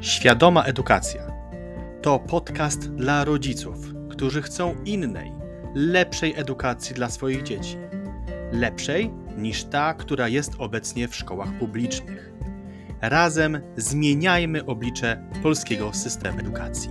Świadoma edukacja to podcast dla rodziców, którzy chcą innej, lepszej edukacji dla swoich dzieci. Lepszej niż ta, która jest obecnie w szkołach publicznych. Razem zmieniajmy oblicze polskiego systemu edukacji.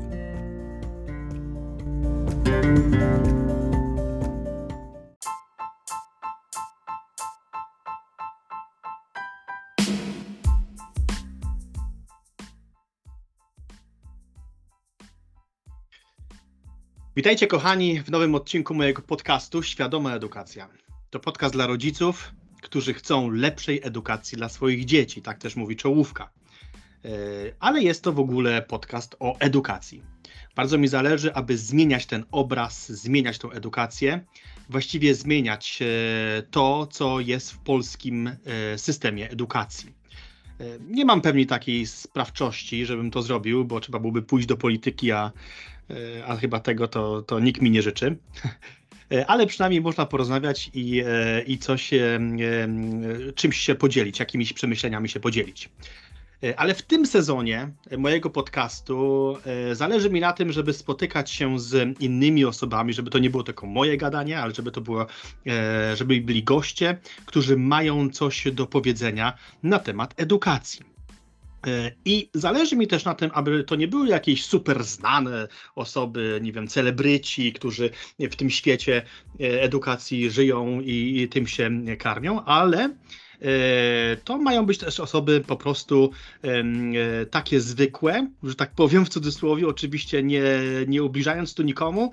Witajcie kochani w nowym odcinku mojego podcastu Świadoma Edukacja. To podcast dla rodziców, którzy chcą lepszej edukacji dla swoich dzieci, tak też mówi czołówka. Ale jest to w ogóle podcast o edukacji. Bardzo mi zależy, aby zmieniać ten obraz, zmieniać tą edukację, właściwie zmieniać to, co jest w polskim systemie edukacji. Nie mam pewnie takiej sprawczości, żebym to zrobił, bo trzeba byłoby pójść do polityki, a chyba tego to nikt mi nie życzy. Ale przynajmniej można porozmawiać i coś, czymś się podzielić, jakimiś przemyśleniami się podzielić. Ale w tym sezonie mojego podcastu zależy mi na tym, żeby spotykać się z innymi osobami, żeby to nie było tylko moje gadanie, ale żeby to było, żeby byli goście, którzy mają coś do powiedzenia na temat edukacji. I zależy mi też na tym, aby to nie były jakieś super znane osoby, nie wiem, celebryci, którzy w tym świecie edukacji żyją i tym się karmią, ale to mają być też osoby po prostu takie zwykłe, że tak powiem w cudzysłowie, oczywiście nie ubliżając tu nikomu,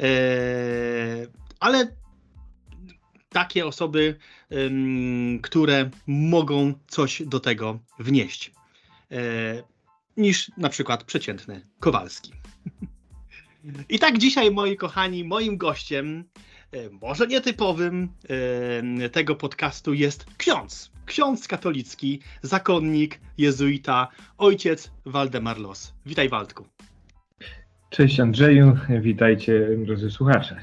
ale takie osoby, które mogą coś do tego wnieść. Niż na przykład przeciętny Kowalski. I tak dzisiaj, moi kochani, moim gościem, może nietypowym tego podcastu jest ksiądz katolicki, zakonnik, jezuita, ojciec Waldemar Los. Witaj, Waldku. Cześć Andrzeju, witajcie drodzy słuchacze.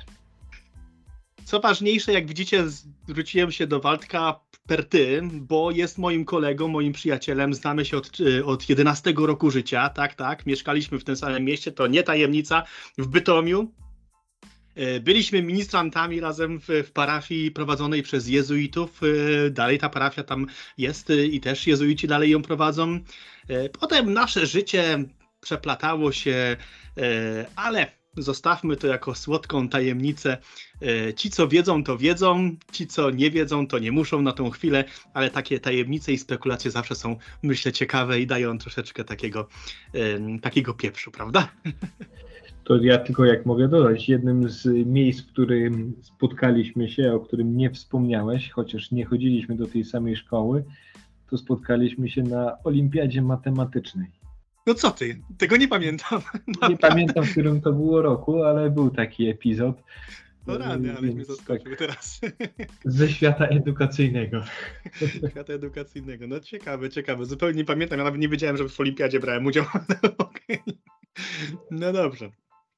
Co ważniejsze, jak widzicie, zwróciłem się do Waldka per ty, bo jest moim kolegą, moim przyjacielem, znamy się od 11 roku życia, tak, mieszkaliśmy w tym samym mieście, to nie tajemnica, w Bytomiu. Byliśmy ministrantami razem w parafii prowadzonej przez jezuitów, dalej ta parafia tam jest i też jezuici dalej ją prowadzą. Potem nasze życie przeplatało się, ale zostawmy to jako słodką tajemnicę. Ci, co wiedzą, to wiedzą. Ci, co nie wiedzą, to nie muszą na tą chwilę, ale takie tajemnice i spekulacje zawsze są, myślę, ciekawe i dają troszeczkę takiego pieprzu, prawda? To ja tylko, jak mogę dodać, jednym z miejsc, w którym spotkaliśmy się, o którym nie wspomniałeś, chociaż nie chodziliśmy do tej samej szkoły, to spotkaliśmy się na olimpiadzie matematycznej. No co ty? Tego nie pamiętam. Nie pamiętam, w którym to było roku, ale był taki epizod. No rany, ale mnie zaskoczył teraz. Ze świata edukacyjnego. Świata edukacyjnego. No ciekawe. Zupełnie nie pamiętam. Ja nawet nie wiedziałem, że w olimpiadzie brałem udział. Okay. No dobrze.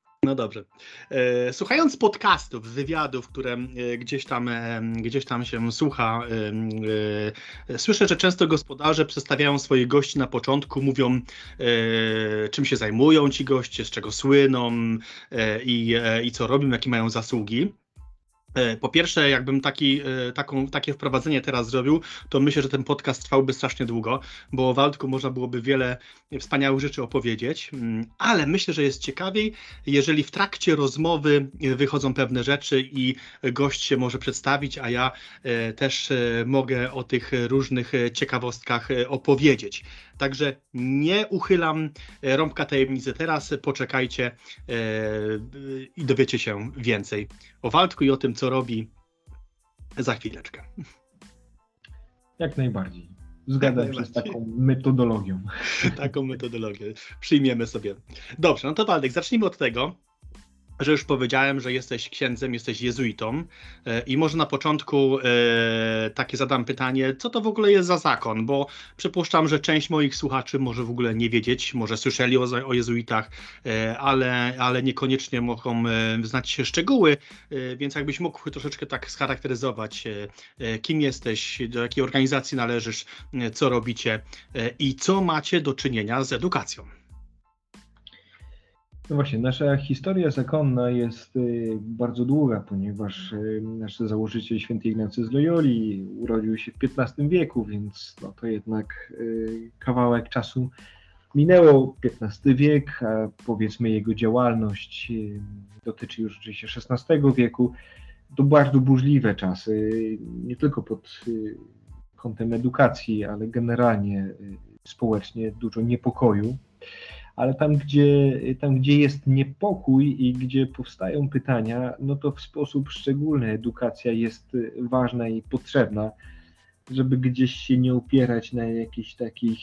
Słuchając podcastów, wywiadów, które gdzieś tam się słucha, słyszę, że często gospodarze przedstawiają swoich gości na początku, mówią, czym się zajmują ci goście, z czego słyną i co robią, jakie mają zasługi. Po pierwsze, jakbym takie wprowadzenie teraz zrobił, to myślę, że ten podcast trwałby strasznie długo, bo o Waldku można byłoby wiele wspaniałych rzeczy opowiedzieć, ale myślę, że jest ciekawiej, jeżeli w trakcie rozmowy wychodzą pewne rzeczy i gość się może przedstawić, a ja też mogę o tych różnych ciekawostkach opowiedzieć. Także nie uchylam rąbka tajemnicy teraz, poczekajcie i dowiecie się więcej o Waldku i o tym, co robi za chwileczkę. Jak najbardziej. Zgadzam się z taką metodologią. Taką metodologię przyjmiemy sobie. Dobrze, no to Waldek, zacznijmy od tego, że już powiedziałem, że jesteś księdzem, jesteś jezuitą i może na początku takie zadam pytanie, co to w ogóle jest za zakon, bo przypuszczam, że część moich słuchaczy może w ogóle nie wiedzieć, może słyszeli o jezuitach, ale niekoniecznie mogą znać się szczegóły, więc jakbyś mógł troszeczkę tak scharakteryzować, kim jesteś, do jakiej organizacji należysz, co robicie i co macie do czynienia z edukacją. No właśnie, nasza historia zakonna jest bardzo długa, ponieważ nasz założyciel święty Ignacy z Loyoli urodził się w XV wieku, więc no to jednak kawałek czasu minęło. XV wiek, a powiedzmy jego działalność dotyczy już oczywiście XVI wieku. To bardzo burzliwe czasy, nie tylko pod kątem edukacji, ale generalnie społecznie dużo niepokoju. Ale tam, gdzie jest niepokój i gdzie powstają pytania, no to w sposób szczególny edukacja jest ważna i potrzebna, żeby gdzieś się nie opierać na jakichś takich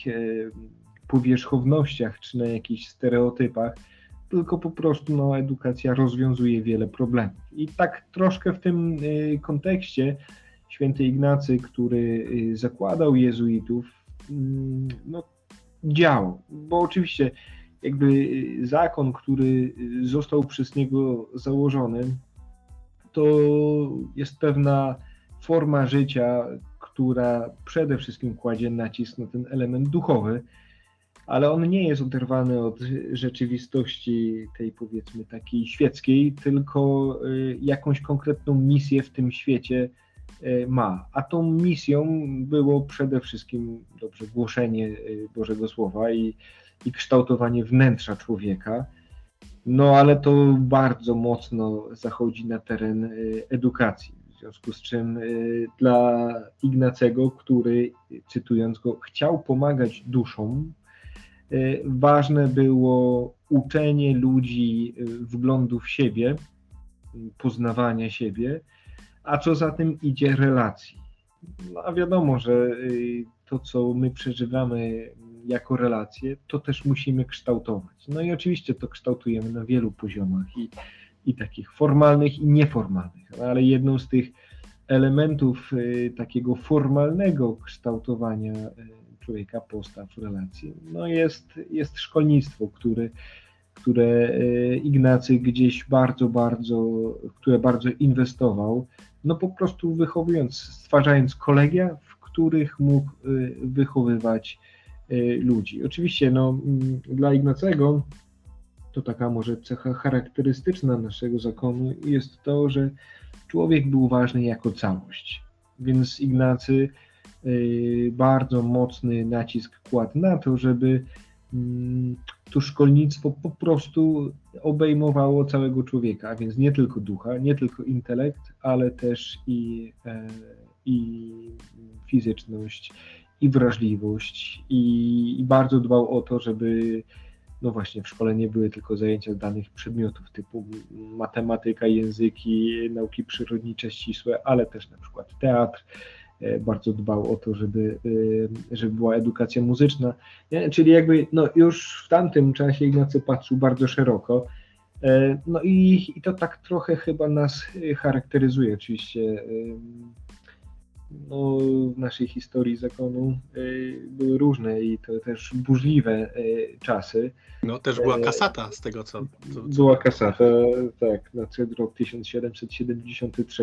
powierzchownościach czy na jakichś stereotypach, tylko po prostu no, edukacja rozwiązuje wiele problemów. I tak troszkę w tym kontekście święty Ignacy, który zakładał jezuitów, no, działał, bo oczywiście jakby zakon, który został przez niego założony, to jest pewna forma życia, która przede wszystkim kładzie nacisk na ten element duchowy, ale on nie jest oderwany od rzeczywistości tej, powiedzmy, takiej świeckiej, tylko jakąś konkretną misję w tym świecie ma. A tą misją było przede wszystkim głoszenie Bożego Słowa i kształtowanie wnętrza człowieka. No ale to bardzo mocno zachodzi na teren edukacji. W związku z czym dla Ignacego, który, cytując go, chciał pomagać duszom, ważne było uczenie ludzi wglądu w siebie, poznawania siebie, a co za tym idzie relacji. No a wiadomo, że to, co my przeżywamy jako relacje, to też musimy kształtować. No i oczywiście to kształtujemy na wielu poziomach i takich formalnych i nieformalnych, ale jedną z tych elementów takiego formalnego kształtowania człowieka, postaw, relacji, no jest szkolnictwo, które Ignacy gdzieś które bardzo inwestował, no po prostu wychowując, stwarzając kolegia, w których mógł wychowywać ludzi. Oczywiście no, dla Ignacego to taka może cecha charakterystyczna naszego zakonu jest to, że człowiek był ważny jako całość, więc Ignacy bardzo mocny nacisk kładł na to, żeby to szkolnictwo po prostu obejmowało całego człowieka, a więc nie tylko ducha, nie tylko intelekt, ale też i fizyczność, i wrażliwość, i bardzo dbał o to, żeby no właśnie w szkole nie były tylko zajęcia z danych przedmiotów typu matematyka, języki, nauki przyrodnicze ścisłe, ale też na przykład teatr. Bardzo dbał o to, żeby była edukacja muzyczna. Nie? Czyli jakby no już w tamtym czasie Ignacy patrzył bardzo szeroko. No i to tak trochę chyba nas charakteryzuje. Oczywiście no, w naszej historii zakonu były różne i to też burzliwe czasy. No też była kasata z tego, co... Była kasata, tak, nadszedł rok 1773,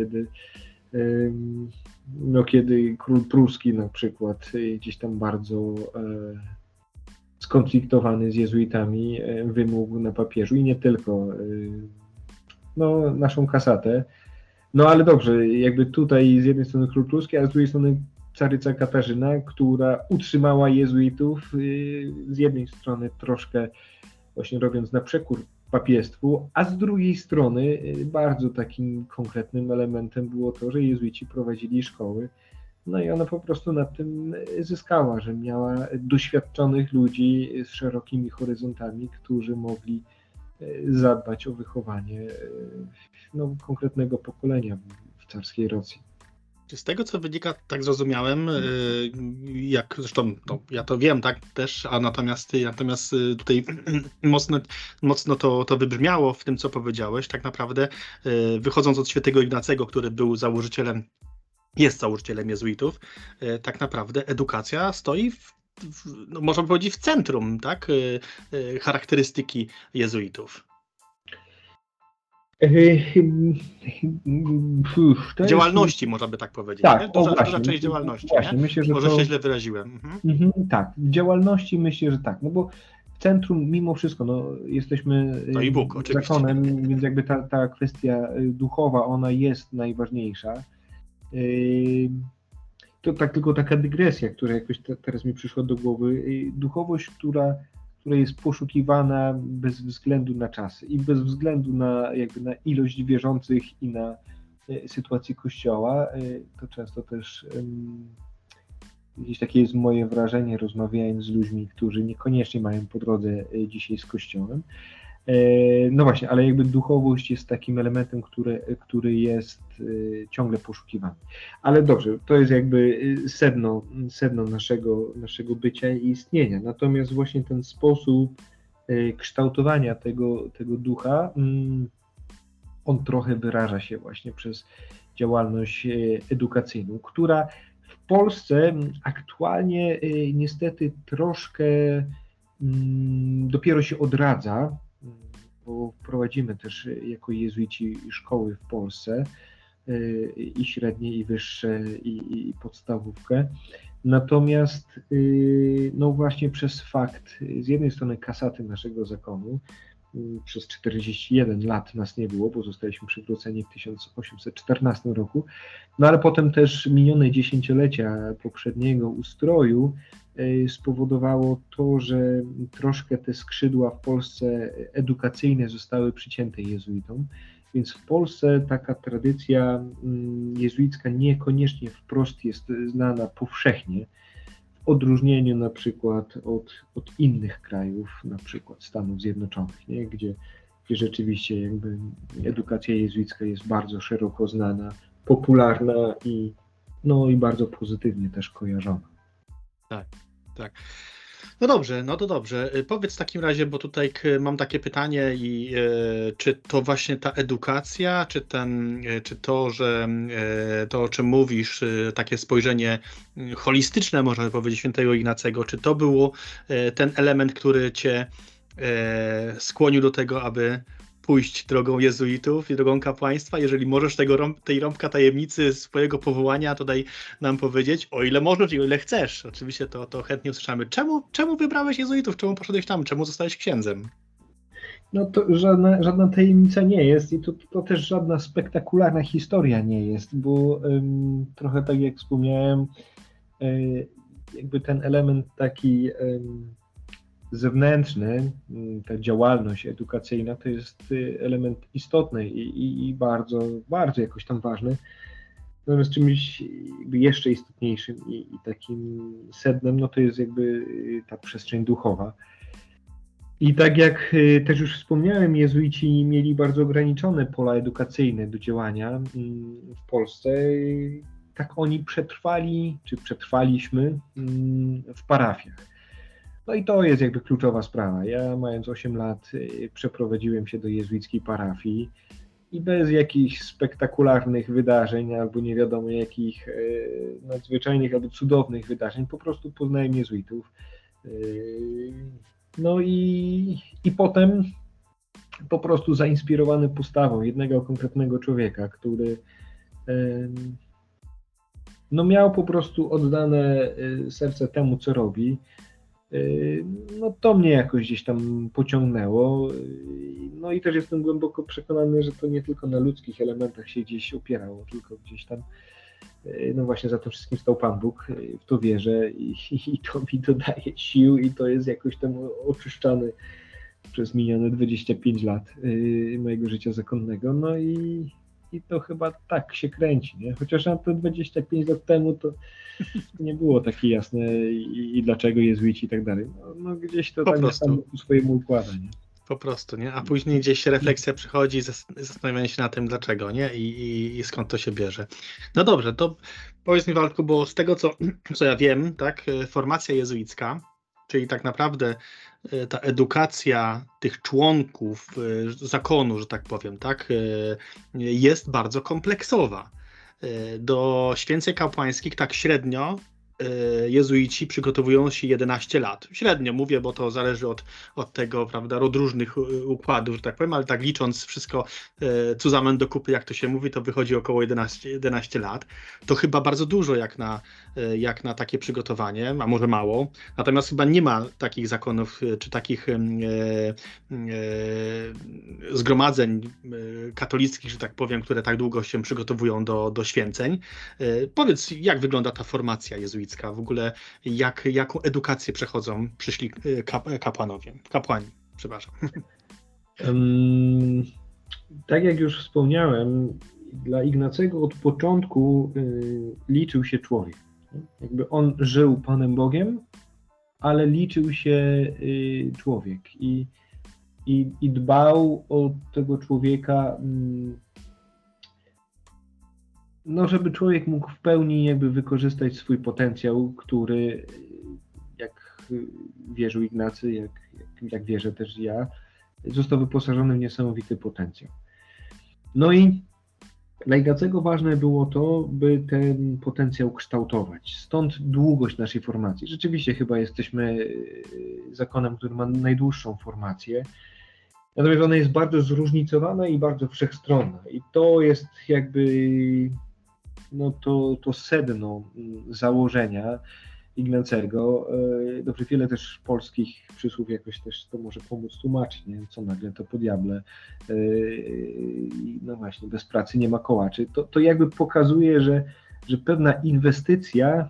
kiedy król pruski na przykład gdzieś tam bardzo skonfliktowany z jezuitami wymógł na papieżu i nie tylko no, naszą kasatę. No ale dobrze, jakby tutaj z jednej strony król pruski, a z drugiej strony caryca Katarzyna, która utrzymała jezuitów z jednej strony troszkę właśnie robiąc na przekór papiestwu, a z drugiej strony bardzo takim konkretnym elementem było to, że jezuici prowadzili szkoły, no i ona po prostu na tym zyskała, że miała doświadczonych ludzi z szerokimi horyzontami, którzy mogli zadbać o wychowanie no, konkretnego pokolenia w carskiej Rosji. Z tego, co wynika, tak zrozumiałem, jak zresztą no, ja to wiem, tak też, a natomiast tutaj mocno to wybrzmiało w tym, co powiedziałeś, tak naprawdę wychodząc od świętego Ignacego, który był jest założycielem jezuitów, tak naprawdę edukacja stoi no, można powiedzieć w centrum, tak, charakterystyki jezuitów. Działalności, można by tak powiedzieć. Tak, duża część działalności. Właśnie, myślę, że może się źle wyraziłem. Tak, w działalności myślę, że tak, no bo w centrum mimo wszystko, jesteśmy No i Bóg, oczywiście. zakonem, więc jakby ta kwestia duchowa, ona jest najważniejsza. To tak tylko taka dygresja, która jakoś teraz mi przyszła do głowy. Duchowość, która jest poszukiwana bez względu na czasy i bez względu na ilość wierzących i na sytuację Kościoła, to często też jakieś takie jest moje wrażenie, rozmawiając z ludźmi, którzy niekoniecznie mają po drodze dzisiaj z Kościołem. No właśnie, ale jakby duchowość jest takim elementem, który jest ciągle poszukiwany. Ale dobrze, to jest jakby sedno naszego bycia i istnienia. Natomiast właśnie ten sposób kształtowania tego ducha, on trochę wyraża się właśnie przez działalność edukacyjną, która w Polsce aktualnie niestety troszkę dopiero się odradza, bo prowadzimy też jako jezuici szkoły w Polsce i średnie, i wyższe, i podstawówkę. Natomiast no właśnie przez fakt z jednej strony kasaty naszego zakonu, przez 41 lat nas nie było, bo zostaliśmy przywróceni w 1814 roku, no ale potem też minione dziesięciolecia poprzedniego ustroju spowodowało to, że troszkę te skrzydła w Polsce edukacyjne zostały przycięte jezuitom, więc w Polsce taka tradycja jezuicka niekoniecznie wprost jest znana powszechnie, w odróżnieniu na przykład od innych krajów, na przykład Stanów Zjednoczonych, nie? Gdzie rzeczywiście jakby edukacja jezuicka jest bardzo szeroko znana, popularna i bardzo pozytywnie też kojarzona. Tak. No dobrze, no to dobrze. Powiedz w takim razie, bo tutaj mam takie pytanie i czy to właśnie ta edukacja, czy to, że to, o czym mówisz, takie spojrzenie holistyczne, można by powiedzieć, świętego Ignacego, czy to było ten element, który cię skłonił do tego, aby pójść drogą jezuitów i drogą kapłaństwa? Jeżeli możesz tej rąbka tajemnicy swojego powołania tutaj nam powiedzieć, o ile możesz i o ile chcesz. Oczywiście to chętnie usłyszamy. Czemu wybrałeś jezuitów? Czemu poszedłeś tam? Czemu zostałeś księdzem? No to żadna tajemnica nie jest i to też żadna spektakularna historia nie jest, bo trochę tak jak wspomniałem, jakby ten element taki zewnętrzny, ta działalność edukacyjna to jest element istotny i bardzo, bardzo jakoś tam ważny. Natomiast czymś jakby jeszcze istotniejszym i takim sednem, no to jest jakby ta przestrzeń duchowa. I tak jak też już wspomniałem, jezuici mieli bardzo ograniczone pola edukacyjne do działania w Polsce. Tak oni przetrwaliśmy w parafiach. No i to jest jakby kluczowa sprawa. Ja mając 8 lat przeprowadziłem się do jezuickiej parafii i bez jakichś spektakularnych wydarzeń albo nie wiadomo jakich nadzwyczajnych albo cudownych wydarzeń, po prostu poznałem jezuitów. No i potem po prostu zainspirowany postawą jednego konkretnego człowieka, który miał po prostu oddane serce temu, co robi. No to mnie jakoś gdzieś tam pociągnęło. No i też jestem głęboko przekonany, że to nie tylko na ludzkich elementach się gdzieś opierało, tylko gdzieś tam no właśnie za tym wszystkim stał Pan Bóg, w to wierzę i to mi dodaje sił i to jest jakoś tam oczyszczany przez minione 25 lat mojego życia zakonnego. No i to chyba tak się kręci, nie? Chociaż na te 25 lat temu to nie było takie jasne i dlaczego jezuici i tak dalej. No gdzieś to tak samo ku swojemu układa, nie? Po prostu, nie? A później gdzieś refleksja przychodzi, zastanawianie się na tym, dlaczego, nie? I skąd to się bierze. No dobrze, to powiedz mi, Waldku, bo z tego, co ja wiem, tak, formacja jezuicka, czyli tak naprawdę ta edukacja tych członków zakonu, że tak powiem, tak, jest bardzo kompleksowa. Do święceń kapłańskich tak średnio jezuici przygotowują się 11 lat. Średnio mówię, bo to zależy od tego, prawda, od różnych układów, że tak powiem, ale tak licząc wszystko zusammen do kupy, jak to się mówi, to wychodzi około 11 lat. To chyba bardzo dużo jak na takie przygotowanie, a może mało. Natomiast chyba nie ma takich zakonów, czy takich zgromadzeń katolickich, że tak powiem, które tak długo się przygotowują do święceń. Powiedz, jak wygląda ta formacja jezuicka? W ogóle jaką edukację przechodzą przyszli kapłani, przepraszam. Tak jak już wspomniałem, dla Ignacego od początku liczył się człowiek. Jakby on żył Panem Bogiem, ale liczył się człowiek i dbał o tego człowieka, no żeby człowiek mógł w pełni jakby wykorzystać swój potencjał, który, jak wierzył Ignacy, jak wierzę też ja, został wyposażony w niesamowity potencjał. No i dla Ignacego ważne było to, by ten potencjał kształtować. Stąd długość naszej formacji. Rzeczywiście chyba jesteśmy zakonem, który ma najdłuższą formację. Natomiast ona jest bardzo zróżnicowana i bardzo wszechstronna. I to jest jakby no to sedno założenia Ignacego. Dobrze, wiele też polskich przysłów jakoś też to może pomóc tłumaczyć, nie wiem, co nagle to po diable. No właśnie, bez pracy nie ma kołaczy. To jakby pokazuje, że pewna inwestycja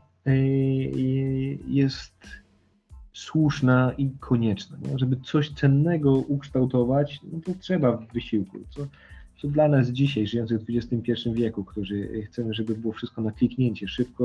jest słuszna i konieczna. Nie? Żeby coś cennego ukształtować, no to trzeba wysiłku. Co dla nas dzisiaj, żyjących w XXI wieku, którzy chcemy, żeby było wszystko na kliknięcie,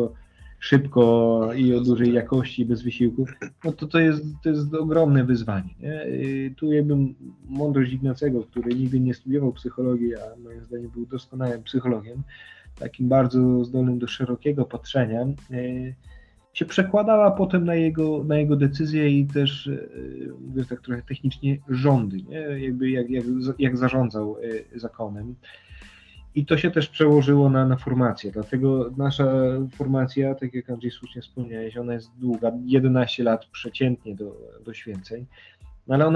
szybko i o dużej jakości, bez wysiłku, no to jest ogromne wyzwanie. Nie? Tu jakby mądrość Ignacego, który nigdy nie studiował psychologii, a moim zdaniem był doskonałym psychologiem, takim bardzo zdolnym do szerokiego patrzenia, się przekładała potem na jego decyzje i też, mówię tak trochę technicznie, rządy, nie? Jakby jak zarządzał zakonem. I to się też przełożyło na formację, dlatego nasza formacja, tak jak Andrzej słusznie wspomniałeś, ona jest długa, 11 lat przeciętnie do święceń, no ale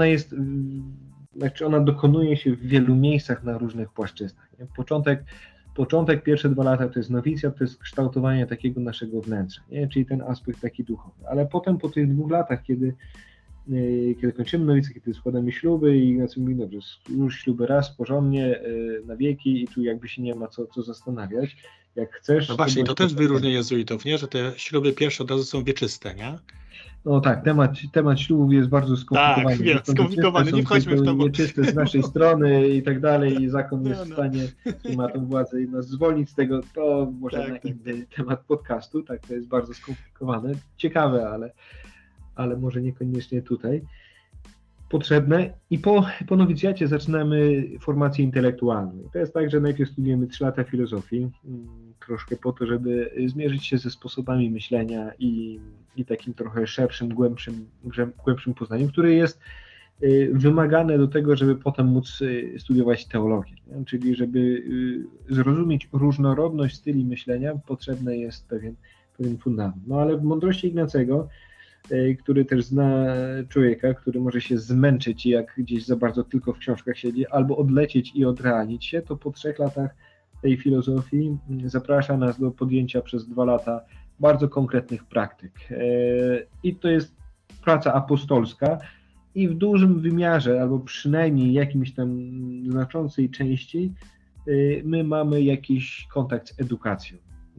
ona dokonuje się w wielu miejscach na różnych płaszczyznach. Nie? Początek, pierwsze 2 lata to jest nowicjat, to jest kształtowanie takiego naszego wnętrza, nie? Czyli ten aspekt taki duchowy, ale potem po tych 2 latach, kiedy kończymy nowicjat, kiedy składamy śluby i Ignacy mówi, dobrze, już śluby raz porządnie, na wieki i tu jakby się nie ma co zastanawiać, jak chcesz. No właśnie, to też wyróżnia jezuitów, nie? Że te śluby pierwsze od razu są wieczyste, nie? No tak, temat ślubów jest bardzo skomplikowany. Tak, wiem, skomplikowany, nie wchodźmy w to. Wieczyste z naszej strony i tak dalej i zakon jest w stanie, i ma tą władzę nas zwolnić z tego, to może na inny temat podcastu, tak, to jest bardzo skomplikowane, ciekawe, ale może niekoniecznie tutaj potrzebne. I po nowicjacie zaczynamy formację intelektualną. I to jest tak, że najpierw studiujemy 3 lata filozofii, troszkę po to, żeby zmierzyć się ze sposobami myślenia i takim trochę szerszym, głębszym poznaniem, które jest wymagane do tego, żeby potem móc studiować teologię. Nie? Czyli żeby zrozumieć różnorodność styli myślenia, potrzebny jest pewien fundament. No ale w mądrości Ignacego, który też zna człowieka, który może się zmęczyć, jak gdzieś za bardzo tylko w książkach siedzi, albo odlecieć i odrealnić się, to po 3 latach tej filozofii zaprasza nas do podjęcia przez 2 lata bardzo konkretnych praktyk. I to jest praca apostolska i w dużym wymiarze, albo przynajmniej jakimś tam znaczącej części, my mamy jakiś kontakt z edukacją.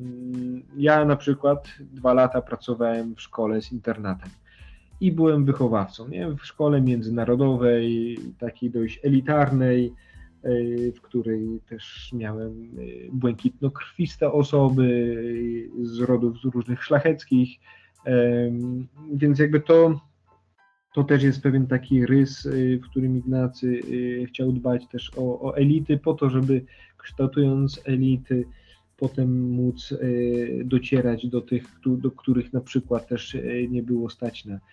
Ja na przykład 2 lata pracowałem w szkole z internatem i byłem wychowawcą, nie? W szkole międzynarodowej, takiej dość elitarnej, w której też miałem błękitnokrwiste osoby z rodów różnych szlacheckich, więc jakby to też jest pewien taki rys, w którym Ignacy chciał dbać też o elity, po to, żeby kształtując elity potem móc docierać do tych, do których na przykład też nie było stać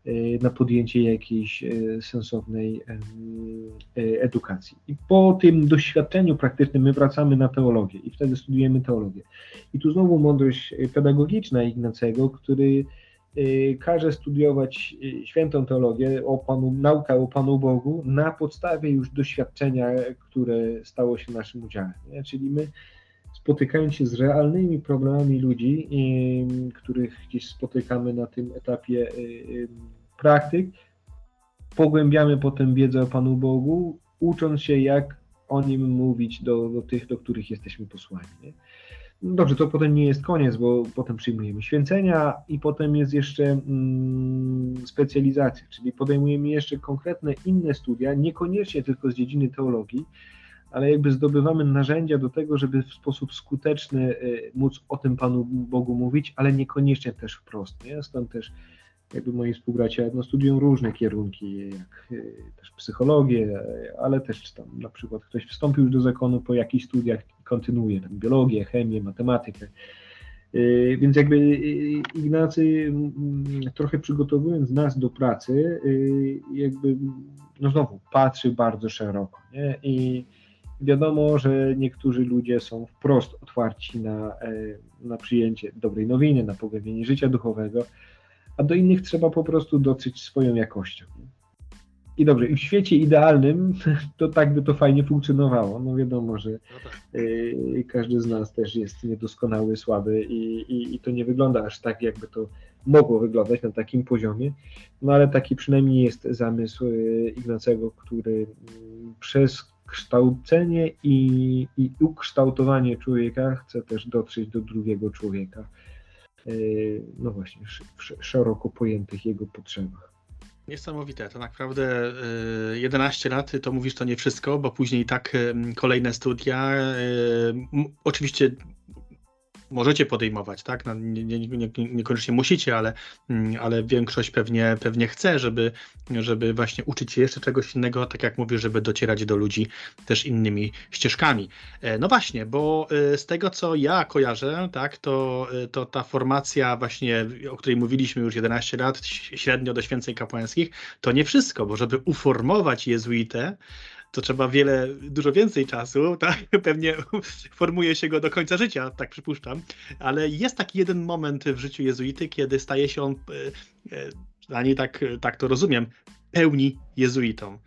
na podjęcie jakiejś sensownej edukacji. I po tym doświadczeniu praktycznym my wracamy na teologię i wtedy studujemy teologię. I tu znowu mądrość pedagogiczna Ignacego, który każe studiować świętą teologię, naukę o Panu Bogu na podstawie już doświadczenia, które stało się naszym udziałem. Nie? Czyli my, spotykając się z realnymi problemami ludzi, których gdzieś spotykamy na tym etapie praktyk, pogłębiamy potem wiedzę o Panu Bogu, ucząc się, jak o Nim mówić do tych, do których jesteśmy posłani. Nie? No dobrze, to potem nie jest koniec, bo potem przyjmujemy święcenia i potem jest jeszcze specjalizacja, czyli podejmujemy jeszcze konkretne inne studia, niekoniecznie tylko z dziedziny teologii, ale jakby zdobywamy narzędzia do tego, żeby w sposób skuteczny móc o tym Panu Bogu mówić, ale niekoniecznie też wprost. Nie? Stąd też jakby moi współbracia studiują różne kierunki, jak też psychologię, ale też czy tam na przykład ktoś wstąpił już do zakonu po jakichś studiach, kontynuuje tam biologię, chemię, matematykę. Więc jakby Ignacy, trochę przygotowując nas do pracy, jakby znowu patrzy bardzo szeroko. Nie? I wiadomo, że niektórzy ludzie są wprost otwarci na przyjęcie dobrej nowiny, na pogłębienie życia duchowego, a do innych trzeba po prostu dotrzeć swoją jakością. I dobrze, i w świecie idealnym to tak by to fajnie funkcjonowało. No wiadomo, że każdy z nas też jest niedoskonały, słaby i to nie wygląda aż tak, jakby to mogło wyglądać na takim poziomie. No ale taki przynajmniej jest zamysł Ignacego, który przez kształcenie i ukształtowanie człowieka chce też dotrzeć do drugiego człowieka. No właśnie, w szeroko pojętych jego potrzebach. Niesamowite, to naprawdę 11 lat, to mówisz, to nie wszystko, bo później tak kolejne studia, oczywiście możecie podejmować, tak? No, niekoniecznie musicie, ale większość pewnie chce, żeby właśnie uczyć się jeszcze czegoś innego, tak jak mówię, żeby docierać do ludzi też innymi ścieżkami. No właśnie, bo z tego, co ja kojarzę, tak, to ta formacja właśnie, o której mówiliśmy już 11 lat, średnio do święceń kapłańskich, to nie wszystko, bo żeby uformować jezuitę, to trzeba dużo więcej czasu, tak? Pewnie formuje się go do końca życia, tak przypuszczam, ale jest taki jeden moment w życiu jezuity, kiedy staje się on, przynajmniej tak to rozumiem, pełni jezuitą.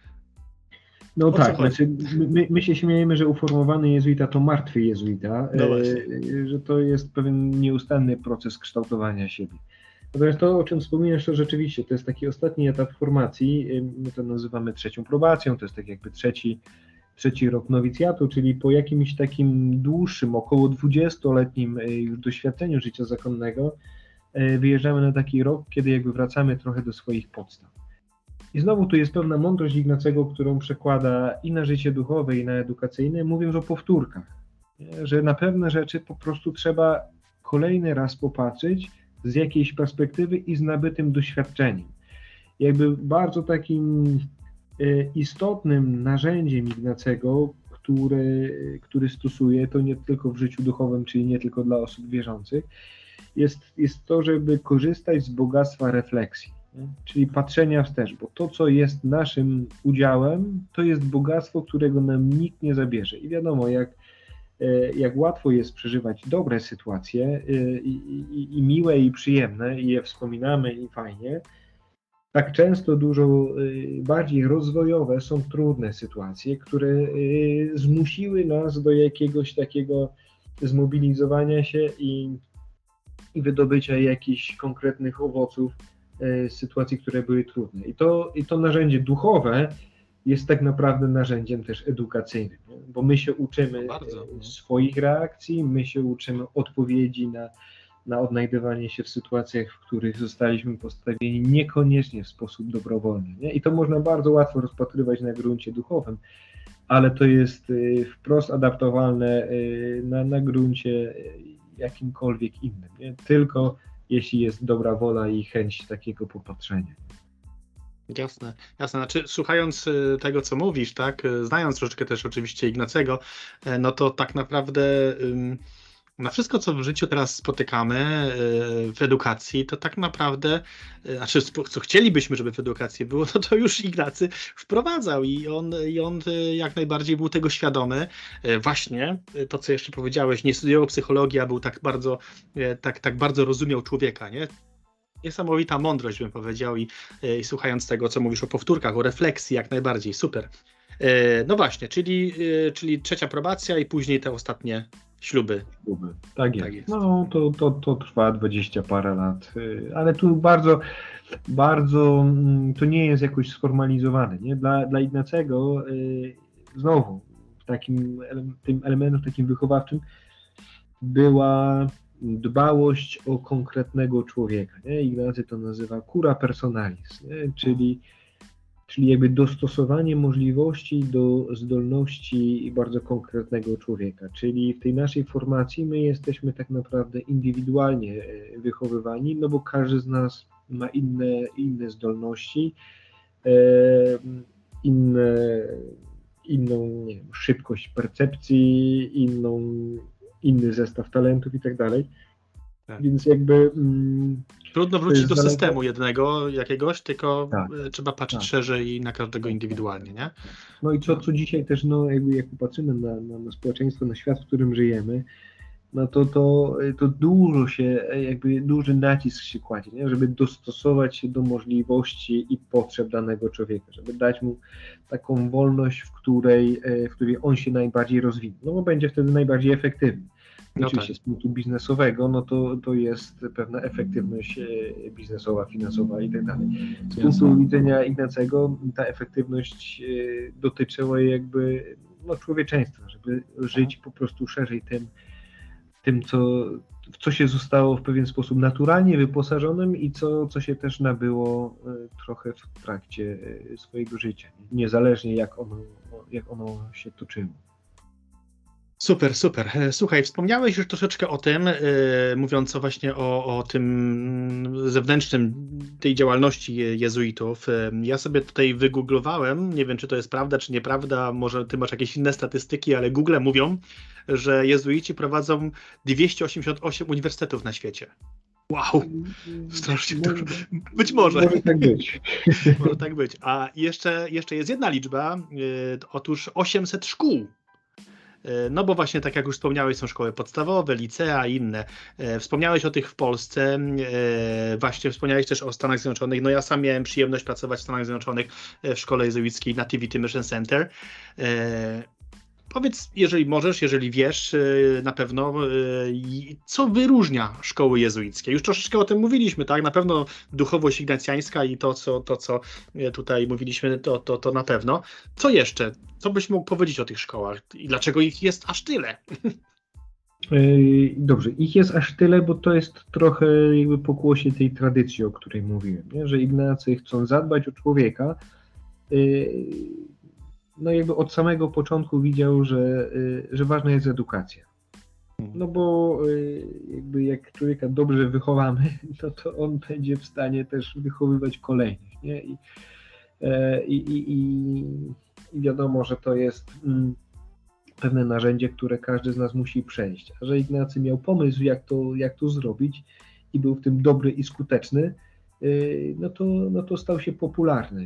No tak, znaczy my się śmiejemy, że uformowany jezuita to martwy jezuita, no że to jest pewien nieustanny proces kształtowania siebie. Natomiast to, o czym wspominasz, to rzeczywiście to jest taki ostatni etap formacji, my to nazywamy trzecią probacją, to jest tak jakby trzeci rok nowicjatu, czyli po jakimś takim dłuższym, około 20-letnim już doświadczeniu życia zakonnego, wyjeżdżamy na taki rok, kiedy jakby wracamy trochę do swoich podstaw. I znowu tu jest pewna mądrość Ignacego, którą przekłada i na życie duchowe, i na edukacyjne, mówiąc o powtórkach, nie? Że na pewne rzeczy po prostu trzeba kolejny raz popatrzeć z jakiejś perspektywy i z nabytym doświadczeniem. Jakby bardzo takim istotnym narzędziem Ignacego, który stosuje, to nie tylko w życiu duchowym, czyli nie tylko dla osób wierzących, jest to, żeby korzystać z bogactwa refleksji, nie? Czyli patrzenia wstecz, bo to, co jest naszym udziałem, to jest bogactwo, którego nam nikt nie zabierze. I wiadomo, jak łatwo jest przeżywać dobre sytuacje i miłe i przyjemne i je wspominamy i fajnie, tak często dużo bardziej rozwojowe są trudne sytuacje, które zmusiły nas do jakiegoś takiego zmobilizowania się i wydobycia jakichś konkretnych owoców sytuacji, które były trudne. I to narzędzie duchowe jest tak naprawdę narzędziem też edukacyjnym, nie? Bo my się uczymy swoich reakcji, my się uczymy odpowiedzi na odnajdywanie się w sytuacjach, w których zostaliśmy postawieni niekoniecznie w sposób dobrowolny, nie? I to można bardzo łatwo rozpatrywać na gruncie duchowym, ale to jest wprost adaptowalne na gruncie jakimkolwiek innym, nie? Tylko jeśli jest dobra wola i chęć takiego popatrzenia. Jasne. Znaczy, słuchając tego, co mówisz, tak, znając troszeczkę też oczywiście Ignacego, no to tak naprawdę Na wszystko, co w życiu teraz spotykamy w edukacji, to tak naprawdę, znaczy co chcielibyśmy, żeby w edukacji było, to już Ignacy wprowadzał i on jak najbardziej był tego świadomy. Właśnie to, co jeszcze powiedziałeś, nie studiował psychologii, a był tak bardzo rozumiał człowieka, nie? Niesamowita mądrość, bym powiedział, i słuchając tego, co mówisz o powtórkach, o refleksji, jak najbardziej, super. No właśnie, czyli trzecia probacja i później te ostatnie śluby. Tak jest. No to trwa 20 parę lat, ale tu bardzo to nie jest jakoś sformalizowane, nie? Dla Ignacego znowu tym elementem takim wychowawczym była dbałość o konkretnego człowieka, nie? Ignacy to nazywa cura personalis, nie? Czyli jakby dostosowanie możliwości do zdolności bardzo konkretnego człowieka. Czyli w tej naszej formacji my jesteśmy tak naprawdę indywidualnie wychowywani, no bo każdy z nas ma inne zdolności, inną nie wiem, szybkość percepcji, inny zestaw talentów i tak dalej. Więc jakby trudno wrócić do systemu jednego jakiegoś, tylko trzeba patrzeć szerzej i na każdego indywidualnie, nie? No i co dzisiaj też, no jakby jak popatrzymy na społeczeństwo, na świat, w którym żyjemy, no to dużo się, jakby duży nacisk się kładzie, nie? Żeby dostosować się do możliwości i potrzeb danego człowieka, żeby dać mu taką wolność, w której on się najbardziej rozwinie, no bo będzie wtedy najbardziej efektywny. Oczywiście z punktu biznesowego, no to jest pewna efektywność biznesowa, finansowa i tak dalej. Z punktu widzenia Ignacego ta efektywność dotyczyła jakby człowieczeństwa, żeby żyć po prostu szerzej tym w co się zostało w pewien sposób naturalnie wyposażonym i co się też nabyło trochę w trakcie swojego życia, niezależnie jak ono się toczyło. Super. Słuchaj, wspomniałeś już troszeczkę o tym, mówiąc właśnie o tym zewnętrznym, tej działalności jezuitów. Ja sobie tutaj wygooglowałem, nie wiem, czy to jest prawda, czy nieprawda, może ty masz jakieś inne statystyki, ale Google mówią, że jezuici prowadzą 288 uniwersytetów na świecie. Wow, strasznie dużo. Być może. Może tak być. Może tak być. A jeszcze jest jedna liczba, otóż 800 szkół. No bo właśnie tak jak już wspomniałeś, są szkoły podstawowe, licea i inne. Wspomniałeś o tych w Polsce, właśnie wspomniałeś też o Stanach Zjednoczonych. No ja sam miałem przyjemność pracować w Stanach Zjednoczonych w szkole jezuickiej Nativity Mission Center. Powiedz, jeżeli możesz, jeżeli wiesz na pewno, co wyróżnia szkoły jezuickie. Już troszeczkę o tym mówiliśmy, tak? Na pewno duchowość ignacjańska i to, co tutaj mówiliśmy, to na pewno. Co jeszcze? Co byś mógł powiedzieć o tych szkołach i dlaczego ich jest aż tyle? Dobrze, ich jest aż tyle, bo to jest trochę jakby pokłosie tej tradycji, o której mówiłem, nie? Że Ignacy chcą zadbać o człowieka, no jakby od samego początku widział, że ważna jest edukacja. No bo jakby jak człowieka dobrze wychowamy, no to on będzie w stanie też wychowywać kolejnych, nie? I wiadomo, że to jest pewne narzędzie, które każdy z nas musi przejść. A że Ignacy miał pomysł, jak to zrobić i był w tym dobry i skuteczny, no to stał się popularny.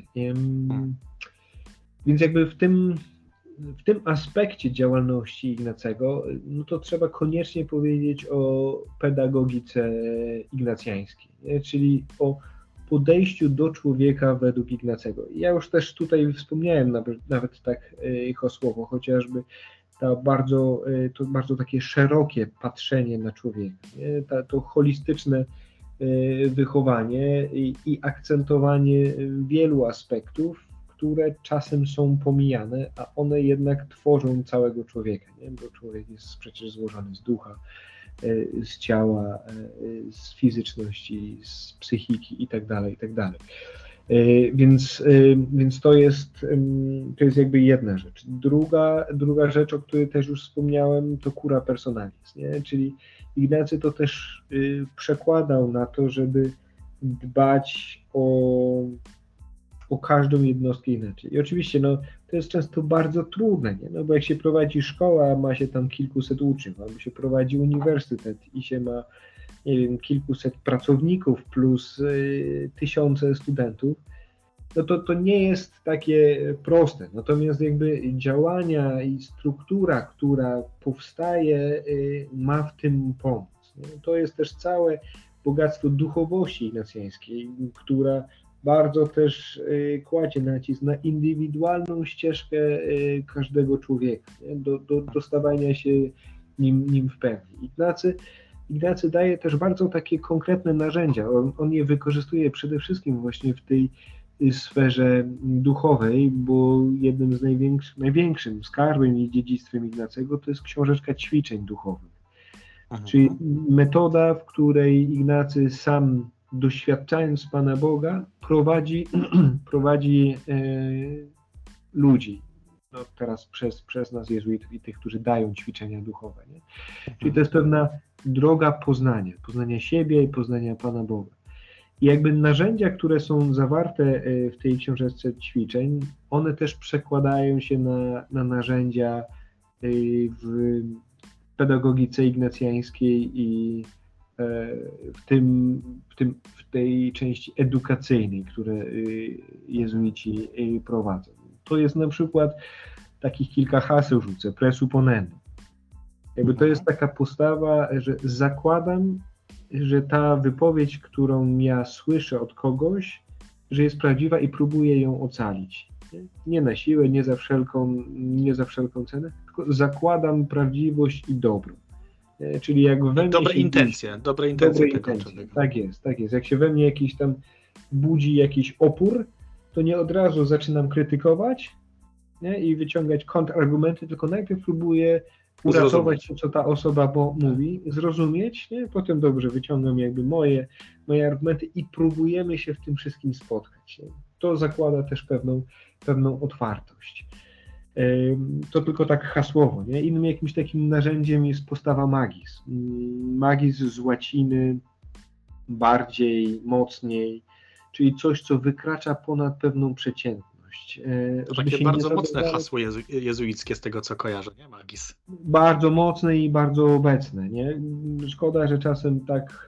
Więc jakby w tym aspekcie działalności Ignacego, no to trzeba koniecznie powiedzieć o pedagogice ignacjańskiej, nie? Czyli o podejściu do człowieka według Ignacego. Ja już też tutaj wspomniałem nawet tak słowo, chociażby to bardzo takie szerokie patrzenie na człowieka, nie? To holistyczne wychowanie i akcentowanie wielu aspektów, które czasem są pomijane, a one jednak tworzą całego człowieka, nie? Bo człowiek jest przecież złożony z ducha, z ciała, z fizyczności, z psychiki i tak dalej. Więc to jest jakby jedna rzecz. Druga rzecz, o której też już wspomniałem, to cura personalis, nie? Czyli Ignacy to też przekładał na to, żeby dbać o o każdą jednostkę inaczej. I oczywiście to jest często bardzo trudne, nie? No bo jak się prowadzi szkoła, a ma się tam kilkuset uczniów, albo się prowadzi uniwersytet i się ma, nie wiem, kilkuset pracowników plus tysiące studentów, no to nie jest takie proste. Natomiast jakby działania i struktura, która powstaje, ma w tym pomóc. Nie? To jest też całe bogactwo duchowości ignacjańskiej, która bardzo też kładzie nacisk na indywidualną ścieżkę każdego człowieka, nie? Do stawania się nim w pełni. Ignacy daje też bardzo takie konkretne narzędzia. On je wykorzystuje przede wszystkim właśnie w tej sferze duchowej, bo jednym z największym skarbem i dziedzictwem Ignacego to jest książeczka ćwiczeń duchowych. Czyli metoda, w której Ignacy sam, doświadczając Pana Boga, prowadzi ludzi. No teraz przez nas jezuitów i tych, którzy dają ćwiczenia duchowe. Nie? Czyli to jest pewna droga poznania siebie i poznania Pana Boga. I jakby narzędzia, które są zawarte w tej książeczce ćwiczeń, one też przekładają się na narzędzia w pedagogice ignacjańskiej i w tej części edukacyjnej, które jezuici prowadzą. To jest na przykład takich kilka haseł rzucę, presupponendo. Jakby to jest taka postawa, że zakładam, że ta wypowiedź, którą ja słyszę od kogoś, że jest prawdziwa i próbuję ją ocalić. Nie na siłę, nie za wszelką cenę, tylko zakładam prawdziwość i dobro. Czyli jak we mnie dobre intencje tego człowieka. Tak jest. Jak się we mnie jakiś tam budzi jakiś opór, to nie od razu zaczynam krytykować, nie? I wyciągać kontrargumenty, tylko najpierw próbuję uratować to, co ta osoba mówi, zrozumieć, nie? Potem dobrze wyciągam jakby moje argumenty i próbujemy się w tym wszystkim spotkać. Nie? To zakłada też pewną otwartość. To tylko tak hasłowo. Nie? Innym jakimś takim narzędziem jest postawa magis. Magis z łaciny bardziej, mocniej, czyli coś, co wykracza ponad pewną przeciętność. To takie bardzo mocne hasło jezuickie z tego, co kojarzę, nie? Magis. Bardzo mocne i bardzo obecne, nie? Szkoda, że czasem tak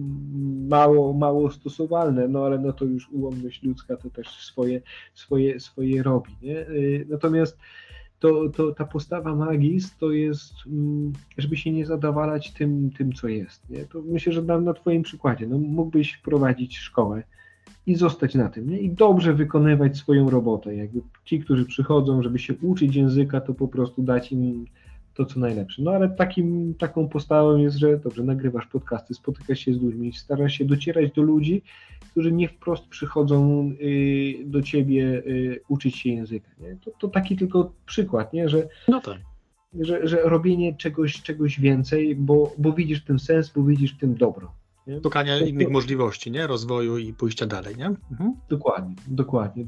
mało stosowalne, no ale to już ułomność ludzka to też swoje robi, nie? Natomiast ta postawa magis to jest, żeby się nie zadawalać tym co jest, nie? To myślę, że na twoim przykładzie, mógłbyś prowadzić szkołę i zostać na tym, nie? I dobrze wykonywać swoją robotę. Jakby ci, którzy przychodzą, żeby się uczyć języka, to po prostu dać im to, co najlepsze. No ale taką postawą jest, że dobrze, nagrywasz podcasty, spotykasz się z ludźmi, starasz się docierać do ludzi, którzy nie wprost przychodzą do ciebie uczyć się języka. Nie? To taki tylko przykład, nie? Że, no tak. że robienie czegoś więcej, bo widzisz w tym sens, bo widzisz w tym dobro. Szukania innych możliwości, nie? Rozwoju i pójścia dalej, nie? Dokładnie.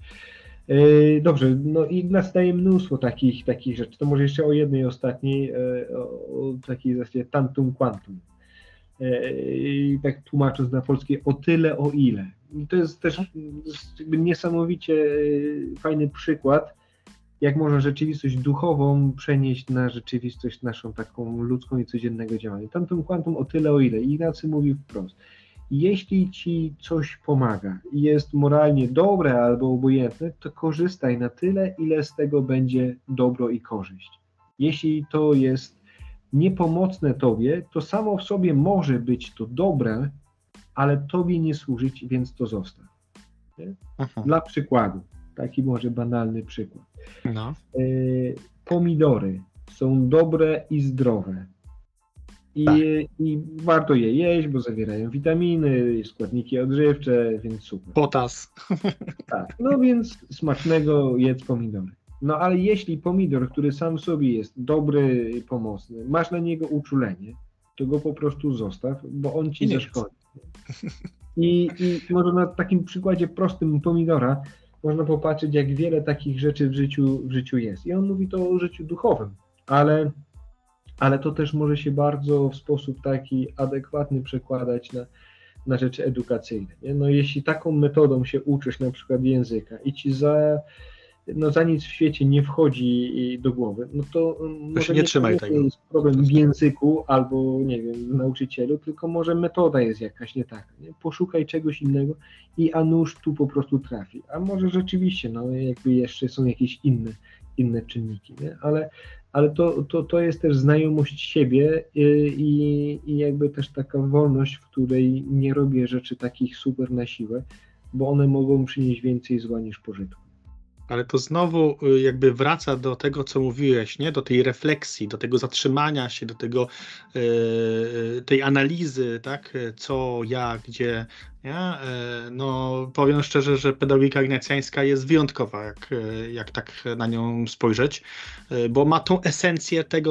Dobrze, Ignac daje mnóstwo takich rzeczy. To może jeszcze o jednej ostatniej, o takiej zasadzie tantum quantum. Tak tłumacząc na polskie, o tyle, o ile. I to jest też jakby niesamowicie fajny przykład, jak można rzeczywistość duchową przenieść na rzeczywistość naszą taką ludzką i codziennego działania. Tantum quantum o tyle, o ile. Ignacy mówi wprost. Jeśli ci coś pomaga i jest moralnie dobre albo obojętne, to korzystaj na tyle, ile z tego będzie dobro i korzyść. Jeśli to jest niepomocne tobie, to samo w sobie może być to dobre, ale tobie nie służyć, więc to zostaw. Dla przykładu, taki może banalny przykład. No. Pomidory są dobre i zdrowe. I warto je jeść, bo zawierają witaminy, składniki odżywcze, więc super. Potas. Tak, więc smacznego jedz pomidory. No ale jeśli pomidor, który sam sobie jest dobry i pomocny, masz na niego uczulenie, to go po prostu zostaw, bo on ci zaszkodzi. I może na takim przykładzie prostym pomidora można popatrzeć, jak wiele takich rzeczy w życiu jest. I on mówi to o życiu duchowym, ale to też może się bardzo w sposób taki adekwatny przekładać na rzeczy edukacyjne. Nie? No jeśli taką metodą się uczysz na przykład języka i ci za nic w świecie nie wchodzi do głowy, no to może nie trzymaj tego. Jest problem w języku albo, nie wiem, w nauczycielu, tylko może metoda jest jakaś nie taka. Nie? Poszukaj czegoś innego i a nuż tu po prostu trafi. A może rzeczywiście, no jakby jeszcze są jakieś inne czynniki, nie? Ale to jest też znajomość siebie i jakby też taka wolność, w której nie robię rzeczy takich super na siłę, bo one mogą przynieść więcej zła niż pożytku. Ale to znowu jakby wraca do tego, co mówiłeś, nie? Do tej refleksji, do tego zatrzymania się, do tego tej analizy, tak? Co, jak, gdzie. Nie? No, powiem szczerze, że pedagogika ignacjańska jest wyjątkowa, jak tak na nią spojrzeć, bo ma tą esencję tego,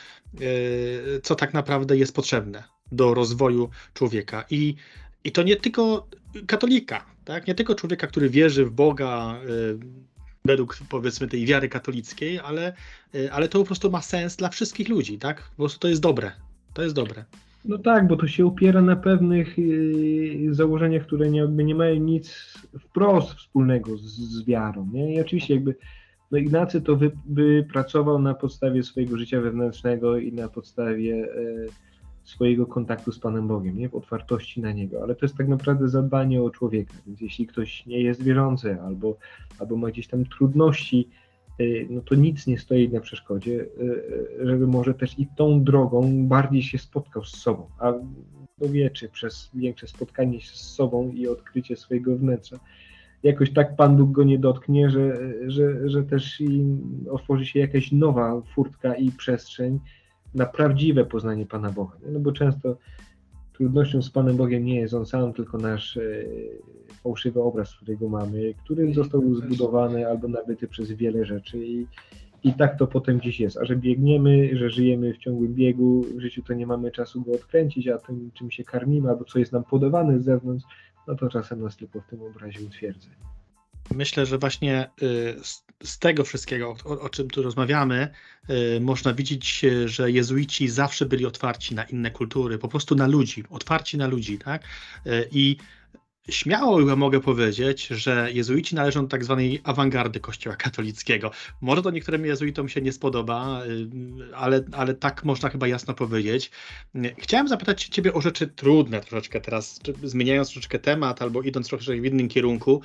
co tak naprawdę jest potrzebne do rozwoju człowieka. I to nie tylko katolika, tak? Nie tylko człowieka, który wierzy w Boga, według powiedzmy tej wiary katolickiej, ale to po prostu ma sens dla wszystkich ludzi, tak? Po prostu to jest dobre. To jest dobre. No tak, bo to się opiera na pewnych założeniach, które nie mają nic wprost wspólnego z wiarą. Nie? I oczywiście jakby Ignacy to wypracował na podstawie swojego życia wewnętrznego i na podstawie swojego kontaktu z Panem Bogiem, nie? W otwartości na Niego, ale to jest tak naprawdę zadbanie o człowieka, więc jeśli ktoś nie jest wierzący albo ma gdzieś tam trudności, no to nic nie stoi na przeszkodzie, żeby może też i tą drogą bardziej się spotkał z sobą, a kto wie, czy przez większe spotkanie się z sobą i odkrycie swojego wnętrza jakoś tak Pan Bóg go nie dotknie, że też otworzy się jakaś nowa furtka i przestrzeń na prawdziwe poznanie Pana Boga. No bo często trudnością z Panem Bogiem nie jest On sam, tylko nasz fałszywy obraz, którego mamy, który został zbudowany albo nabyty przez wiele rzeczy i tak to potem gdzieś jest. A że biegniemy, że żyjemy w ciągłym biegu, w życiu to nie mamy czasu go odkręcić, a tym, czym się karmimy, albo co jest nam podawane z zewnątrz, no to czasem nas tylko w tym obrazie utwierdza. Myślę, że właśnie z tego wszystkiego, o czym tu rozmawiamy, można widzieć, że jezuici zawsze byli otwarci na inne kultury, po prostu na ludzi, otwarci na ludzi, tak? I śmiało mogę powiedzieć, że jezuici należą do tak zwanej awangardy Kościoła katolickiego. Może to niektórym jezuitom się nie spodoba, ale tak można chyba jasno powiedzieć. Chciałem zapytać Ciebie o rzeczy trudne troszeczkę teraz, zmieniając troszeczkę temat albo idąc troszeczkę w innym kierunku.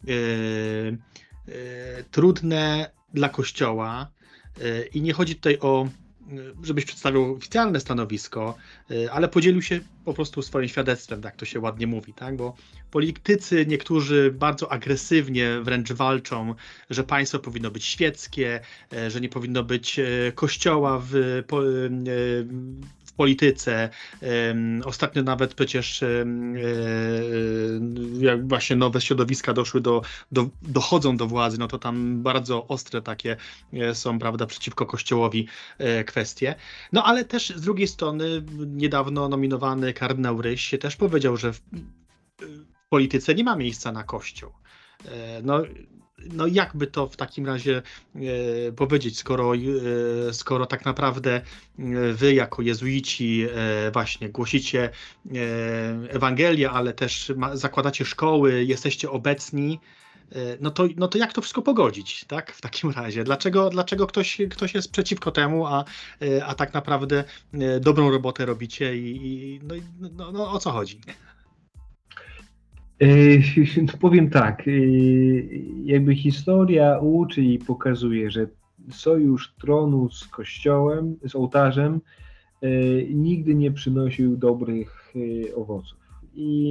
Trudne dla Kościoła i nie chodzi tutaj o żebyś przedstawił oficjalne stanowisko, ale podzielił się po prostu swoim świadectwem, tak to się ładnie mówi, tak? Bo politycy niektórzy bardzo agresywnie wręcz walczą, że państwo powinno być świeckie, że nie powinno być kościoła w polityce. Ostatnio nawet przecież jak właśnie nowe środowiska dochodzą do władzy, no to tam bardzo ostre takie są, prawda, przeciwko Kościołowi kwestie. No ale też z drugiej strony niedawno nominowany kardynał Ryś też powiedział, że w polityce nie ma miejsca na Kościół. No jakby to w takim razie powiedzieć, skoro tak naprawdę wy jako jezuici właśnie głosicie Ewangelię, ale też zakładacie szkoły, jesteście obecni, no to jak to wszystko pogodzić, tak? W takim razie. Dlaczego ktoś jest przeciwko temu, a tak naprawdę dobrą robotę robicie no o co chodzi? Powiem tak, jakby historia uczy i pokazuje, że sojusz tronu z kościołem, z ołtarzem nigdy nie przynosił dobrych owoców. I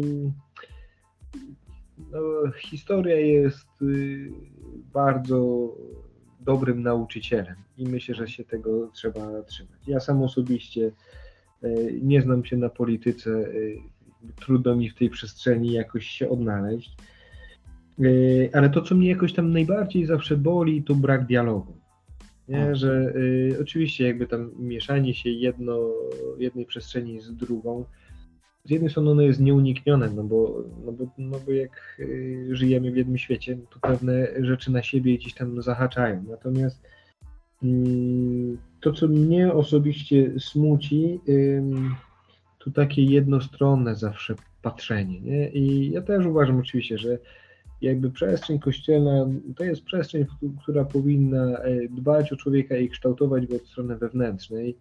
historia jest bardzo dobrym nauczycielem i myślę, że się tego trzeba trzymać. Ja sam osobiście nie znam się na polityce, trudno mi w tej przestrzeni jakoś się odnaleźć, ale to, co mnie jakoś tam najbardziej zawsze boli, to brak dialogu. Nie? Że oczywiście jakby tam mieszanie się jednej przestrzeni z drugą, z jednej strony ono jest nieuniknione, no bo jak żyjemy w jednym świecie, to pewne rzeczy na siebie gdzieś tam zahaczają. Natomiast to, co mnie osobiście smuci, to takie jednostronne zawsze patrzenie, nie? I ja też uważam oczywiście, że jakby przestrzeń kościelna to jest przestrzeń, która powinna dbać o człowieka i kształtować go od strony wewnętrznej.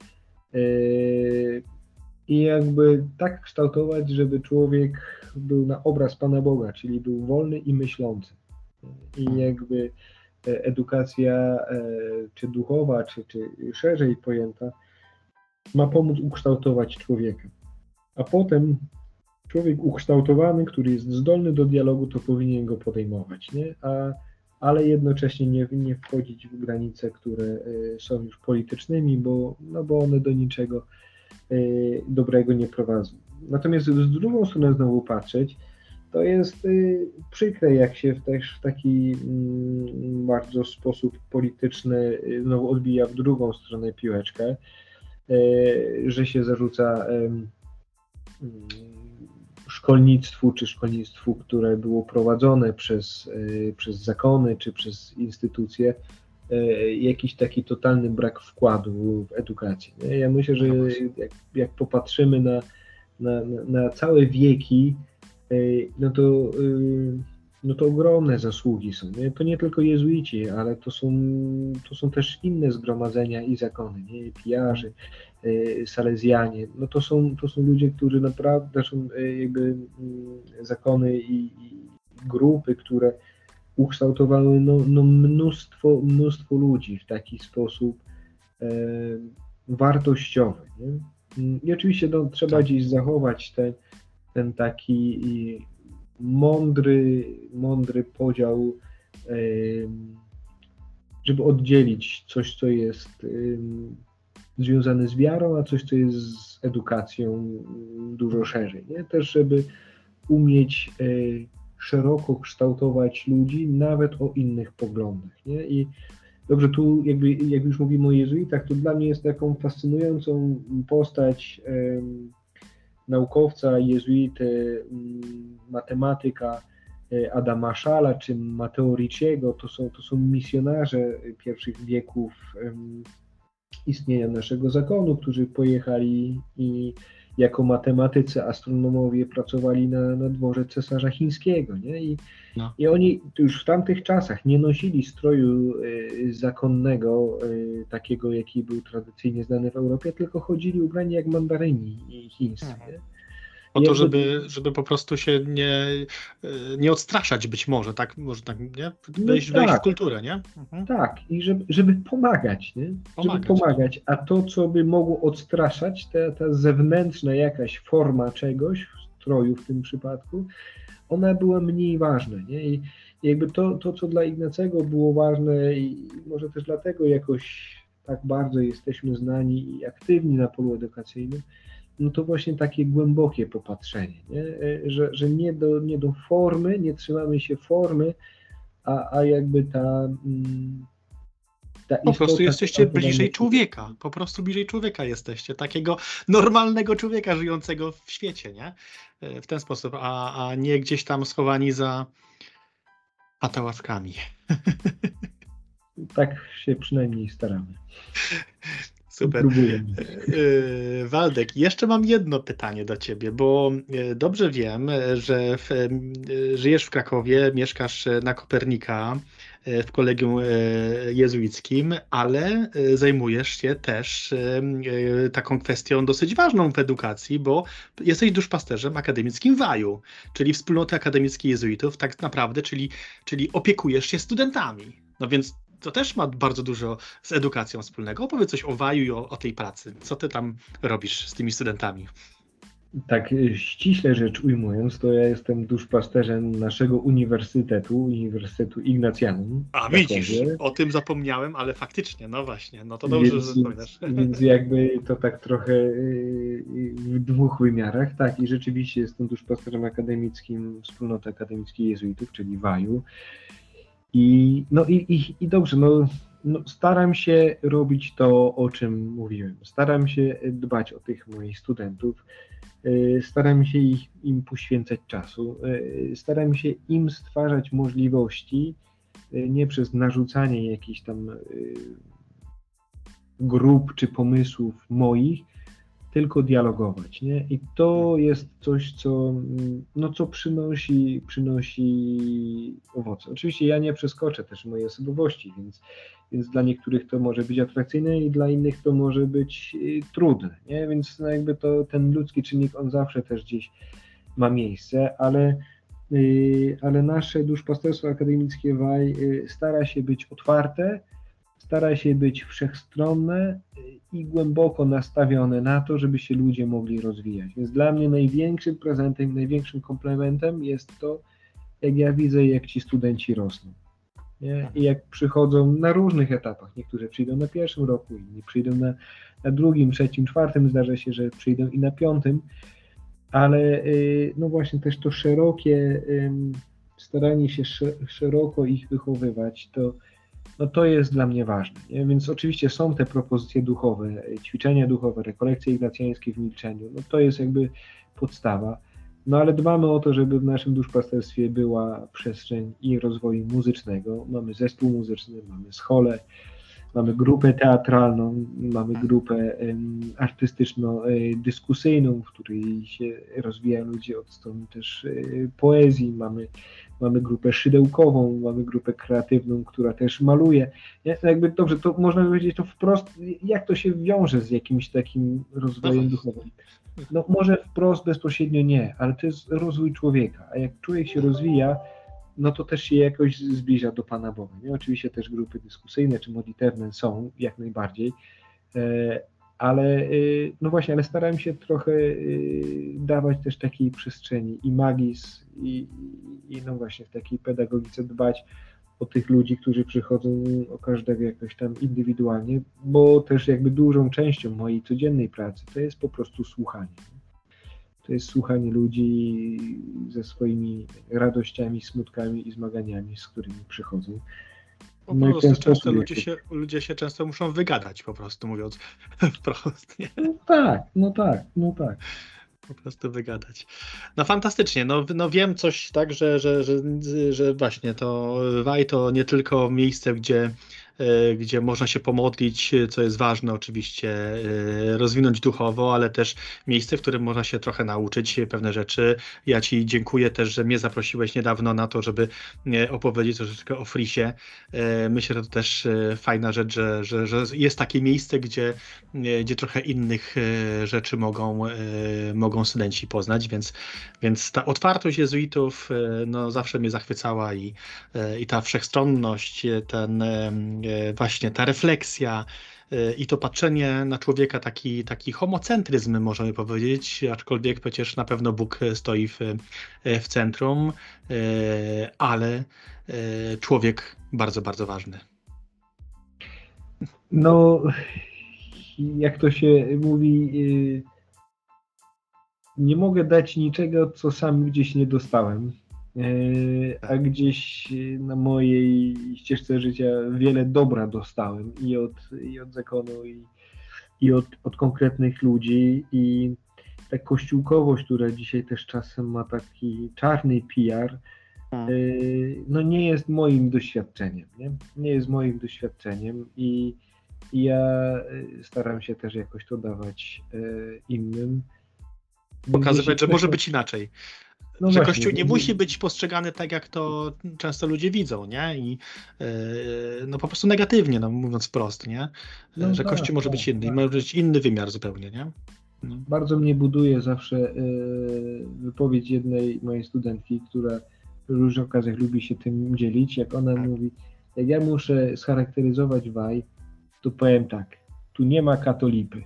I jakby tak kształtować, żeby człowiek był na obraz Pana Boga, czyli był wolny i myślący. I jakby edukacja czy duchowa, czy szerzej pojęta ma pomóc ukształtować człowieka. A potem człowiek ukształtowany, który jest zdolny do dialogu, to powinien go podejmować, nie? Ale jednocześnie nie wchodzić w granice, które są już politycznymi, bo one do niczego dobrego nie prowadzą. Natomiast z drugą stronę znowu patrzeć, to jest przykre, jak się też w taki bardzo sposób polityczny znowu odbija w drugą stronę piłeczkę, że się zarzuca szkolnictwu, które było prowadzone przez zakony czy przez instytucje, jakiś taki totalny brak wkładu w edukację. Nie? Ja myślę, że jak popatrzymy na całe wieki, no to ogromne zasługi są. Nie? To nie tylko jezuici, ale to są też inne zgromadzenia i zakony, nie? Pijarzy, salezjanie. No to są ludzie, którzy naprawdę są jakby zakony i grupy, które ukształtowały mnóstwo ludzi w taki sposób wartościowy. Nie? I oczywiście trzeba gdzieś zachować ten taki mądry podział, żeby oddzielić coś, co jest związane z wiarą, a coś, co jest z edukacją dużo szerzej. Nie? Też, żeby umieć szeroko kształtować ludzi, nawet o innych poglądach. Nie? I dobrze, tu jak już mówimy o jezuitach, to dla mnie jest taką fascynującą postać naukowca, jezuity, matematyka Adama Szala czy Matteo Ricciego. To są misjonarze pierwszych wieków istnienia naszego zakonu, którzy pojechali i jako matematycy, astronomowie pracowali na dworze cesarza chińskiego, nie? I oni już w tamtych czasach nie nosili stroju zakonnego, takiego, jaki był tradycyjnie znany w Europie, tylko chodzili ubrani jak mandaryni chińscy. Nie? Po to, żeby po prostu się nie odstraszać być może, tak? Może tak, nie? Wejść w kulturę, nie? Mhm. Tak, i żeby pomagać, nie? Żeby pomagać, a to, co by mogło odstraszać, ta zewnętrzna jakaś forma czegoś, stroju w tym przypadku, ona była mniej ważna, nie? I jakby to, co dla Ignacego było ważne i może też dlatego jakoś tak bardzo jesteśmy znani i aktywni na polu edukacyjnym, no to właśnie takie głębokie popatrzenie, nie? Że nie do formy, nie trzymamy się formy, a jakby ta po prostu jesteście bliżej człowieka, po prostu bliżej człowieka jesteście, takiego normalnego człowieka żyjącego w świecie, nie? W ten sposób, a nie gdzieś tam schowani za patałaskami. Tak się przynajmniej staramy. Super. Waldek, jeszcze mam jedno pytanie do Ciebie, bo dobrze wiem, że żyjesz w Krakowie, mieszkasz na Kopernika w kolegium jezuickim, ale zajmujesz się też taką kwestią dosyć ważną w edukacji, bo jesteś duszpasterzem akademickim WAJU, czyli Wspólnoty Akademickiej Jezuitów, tak naprawdę, czyli opiekujesz się studentami. No więc to też ma bardzo dużo z edukacją wspólnego. Opowiedz coś o WAJU i o tej pracy. Co ty tam robisz z tymi studentami? Tak, ściśle rzecz ujmując, to ja jestem duszpasterzem naszego Uniwersytetu Ignatianum. A widzisz, o tym zapomniałem, ale faktycznie, no właśnie, no to dobrze, że wspominasz. Więc jakby to tak trochę w dwóch wymiarach, tak, i rzeczywiście jestem duszpasterzem akademickim Wspólnoty Akademickiej Jezuitów, czyli WAJU. I dobrze, staram się robić to, o czym mówiłem. Staram się dbać o tych moich studentów. Staram się im poświęcać czasu. Staram się im stwarzać możliwości, nie przez narzucanie jakichś tam grup czy pomysłów moich, tylko dialogować, nie? I to jest coś, co przynosi owoce. Oczywiście ja nie przeskoczę też mojej osobowości, więc dla niektórych to może być atrakcyjne i dla innych to może być trudne, nie? Więc jakby ten ludzki czynnik, on zawsze też gdzieś ma miejsce, ale nasze duszpasterstwo akademickie WAJ stara się być otwarte, stara się być wszechstronne i głęboko nastawione na to, żeby się ludzie mogli rozwijać. Więc dla mnie największym prezentem, największym komplementem jest to, jak ja widzę, jak ci studenci rosną. Nie? I jak przychodzą na różnych etapach. Niektórzy przyjdą na pierwszym roku, inni przyjdą na drugim, trzecim, czwartym, zdarza się, że przyjdą i na piątym, ale no właśnie też to szerokie, staranie się szeroko ich wychowywać, to jest dla mnie ważne. Nie? Więc oczywiście są te propozycje duchowe, ćwiczenia duchowe, rekolekcje ignacjańskie w milczeniu, no to jest jakby podstawa. No ale dbamy o to, żeby w naszym duszpasterstwie była przestrzeń i rozwoju muzycznego. Mamy zespół muzyczny, mamy scholę, mamy grupę teatralną, mamy grupę artystyczno-dyskusyjną, w której się rozwijają ludzie od strony też poezji, mamy grupę szydełkową, mamy grupę kreatywną, która też maluje. Jakby dobrze, to można powiedzieć to wprost, jak to się wiąże z jakimś takim rozwojem duchowym. No może wprost, bezpośrednio nie, ale to jest rozwój człowieka, a jak człowiek się rozwija, no to też się jakoś zbliża do Pana Boga. Nie? Oczywiście też grupy dyskusyjne czy modlitewne są jak najbardziej, ale no właśnie, ale starałem się trochę dawać też takiej przestrzeni i magis i no właśnie w takiej pedagogice dbać o tych ludzi, którzy przychodzą, o każdego jakoś tam indywidualnie, bo też jakby dużą częścią mojej codziennej pracy to jest po prostu słuchanie. To jest słuchanie ludzi ze swoimi radościami, smutkami i zmaganiami, z którymi przychodzą. Po prostu często ludzie się często muszą wygadać, po prostu mówiąc wprost. Nie? No tak. Po prostu wygadać. No fantastycznie, no wiem coś tak, że właśnie to WAJ to nie tylko miejsce, gdzie można się pomodlić, co jest ważne oczywiście, rozwinąć duchowo, ale też miejsce, w którym można się trochę nauczyć pewne rzeczy. Ja Ci dziękuję też, że mnie zaprosiłeś niedawno na to, żeby opowiedzieć troszeczkę o Frisie. Myślę, że to też fajna rzecz, że jest takie miejsce, gdzie trochę innych rzeczy mogą studenci poznać, więc ta otwartość jezuitów no, zawsze mnie zachwycała i ta wszechstronność, właśnie ta refleksja i to patrzenie na człowieka, taki homocentryzm, możemy powiedzieć, aczkolwiek przecież na pewno Bóg stoi w centrum, ale człowiek bardzo, bardzo ważny. No, jak to się mówi, nie mogę dać niczego, co sam gdzieś nie dostałem. A gdzieś na mojej ścieżce życia wiele dobra dostałem i od zakonu, i od konkretnych ludzi. I ta kościółkowość, która dzisiaj też czasem ma taki czarny PR, no nie jest moim doświadczeniem. Nie jest moim doświadczeniem i ja staram się też jakoś to dawać innym. Pokazywać, że może być inaczej. No że właśnie, Kościół nie musi być postrzegany tak, jak to często ludzie widzą, nie? I no po prostu negatywnie, no mówiąc wprost, nie? No że tak, Kościół może być inny, może być inny wymiar zupełnie, nie? No. Bardzo mnie buduje zawsze wypowiedź jednej mojej studentki, która w różnych okazjach lubi się tym dzielić, jak ona mówi, jak ja muszę scharakteryzować WAJ, to powiem tak, tu nie ma katolipy.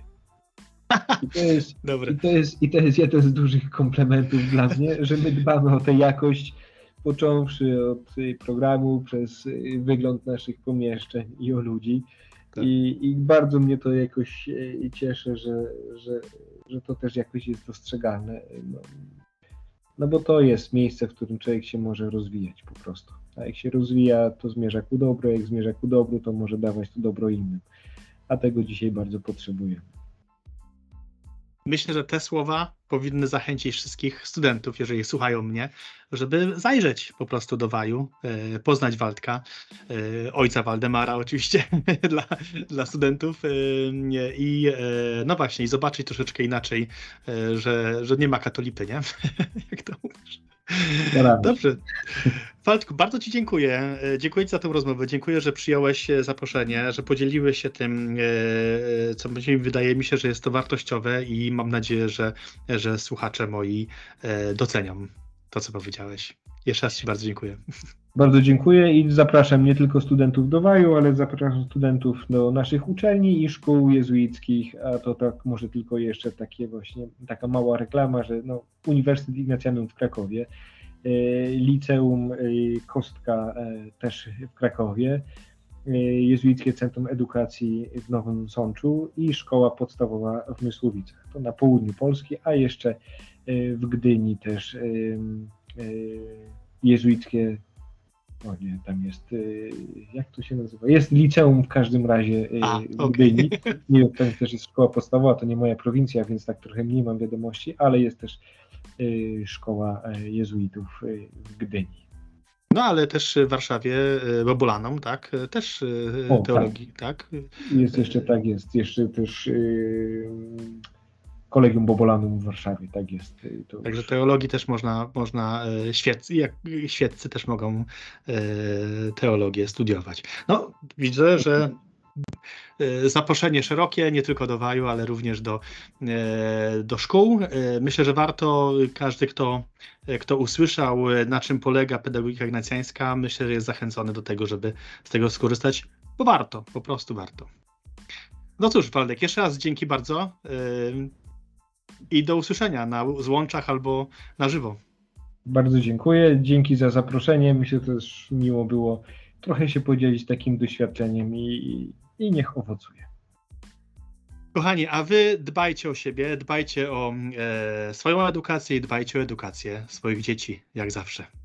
I to jest jeden z dużych komplementów dla mnie, że my dbamy o tę jakość, począwszy od programu, przez wygląd naszych pomieszczeń i o ludzi. Tak. I bardzo mnie to jakoś cieszy, że to też jakoś jest dostrzegalne. No bo to jest miejsce, w którym człowiek się może rozwijać po prostu. A jak się rozwija, to zmierza ku dobru, jak zmierza ku dobru, to może dawać to dobro innym. A tego dzisiaj bardzo potrzebujemy. myślę, że te słowa powinny zachęcić wszystkich studentów, jeżeli słuchają mnie, żeby zajrzeć po prostu do Waju, poznać Waldka, ojca Waldemara oczywiście dla studentów i no właśnie, i zobaczyć troszeczkę inaczej, że nie ma katolipy, nie? Jak to mówisz? Dobrze. Waldku, bardzo Ci dziękuję. Dziękuję Ci za tę rozmowę. Dziękuję, że przyjąłeś zaproszenie, że podzieliłeś się tym, co wydaje mi się, że jest to wartościowe i mam nadzieję, że słuchacze moi docenią to, co powiedziałeś. Jeszcze raz Ci bardzo dziękuję. Bardzo dziękuję i zapraszam nie tylko studentów do Waju, ale zapraszam studentów do naszych uczelni i szkół jezuickich, a to tak może tylko jeszcze taka mała reklama, że Uniwersytet Ignatianum w Krakowie, Liceum Kostka też w Krakowie, Jezuickie Centrum Edukacji w Nowym Sączu i Szkoła Podstawowa w Mysłowicach. To na południu Polski, a jeszcze w Gdyni też jezuickie, tam jest, jak to się nazywa? Jest liceum w każdym razie w Gdyni. Nie, tam też jest szkoła podstawowa, to nie moja prowincja, więc tak trochę mniej mam wiadomości, ale jest też szkoła jezuitów w Gdyni. No ale też w Warszawie Bobulanom, tak? Też teologii, tak? Jest jeszcze, tak jest. Jeszcze też Kolegium Bobolanum w Warszawie, tak jest. Także teologii też można świeccy też mogą teologię studiować. No, widzę, że zaproszenie szerokie, nie tylko do Waju, ale również do szkół. Myślę, że warto, każdy, kto usłyszał, na czym polega pedagogika ignacjańska, myślę, że jest zachęcony do tego, żeby z tego skorzystać, bo warto, po prostu warto. No cóż, Waldek, jeszcze raz dzięki bardzo i do usłyszenia na złączach albo na żywo. Bardzo dziękuję, dzięki za zaproszenie. Myślę, że też miło było trochę się podzielić takim doświadczeniem i niech owocuje. Kochani, a wy dbajcie o siebie, dbajcie o swoją edukację i dbajcie o edukację swoich dzieci, jak zawsze.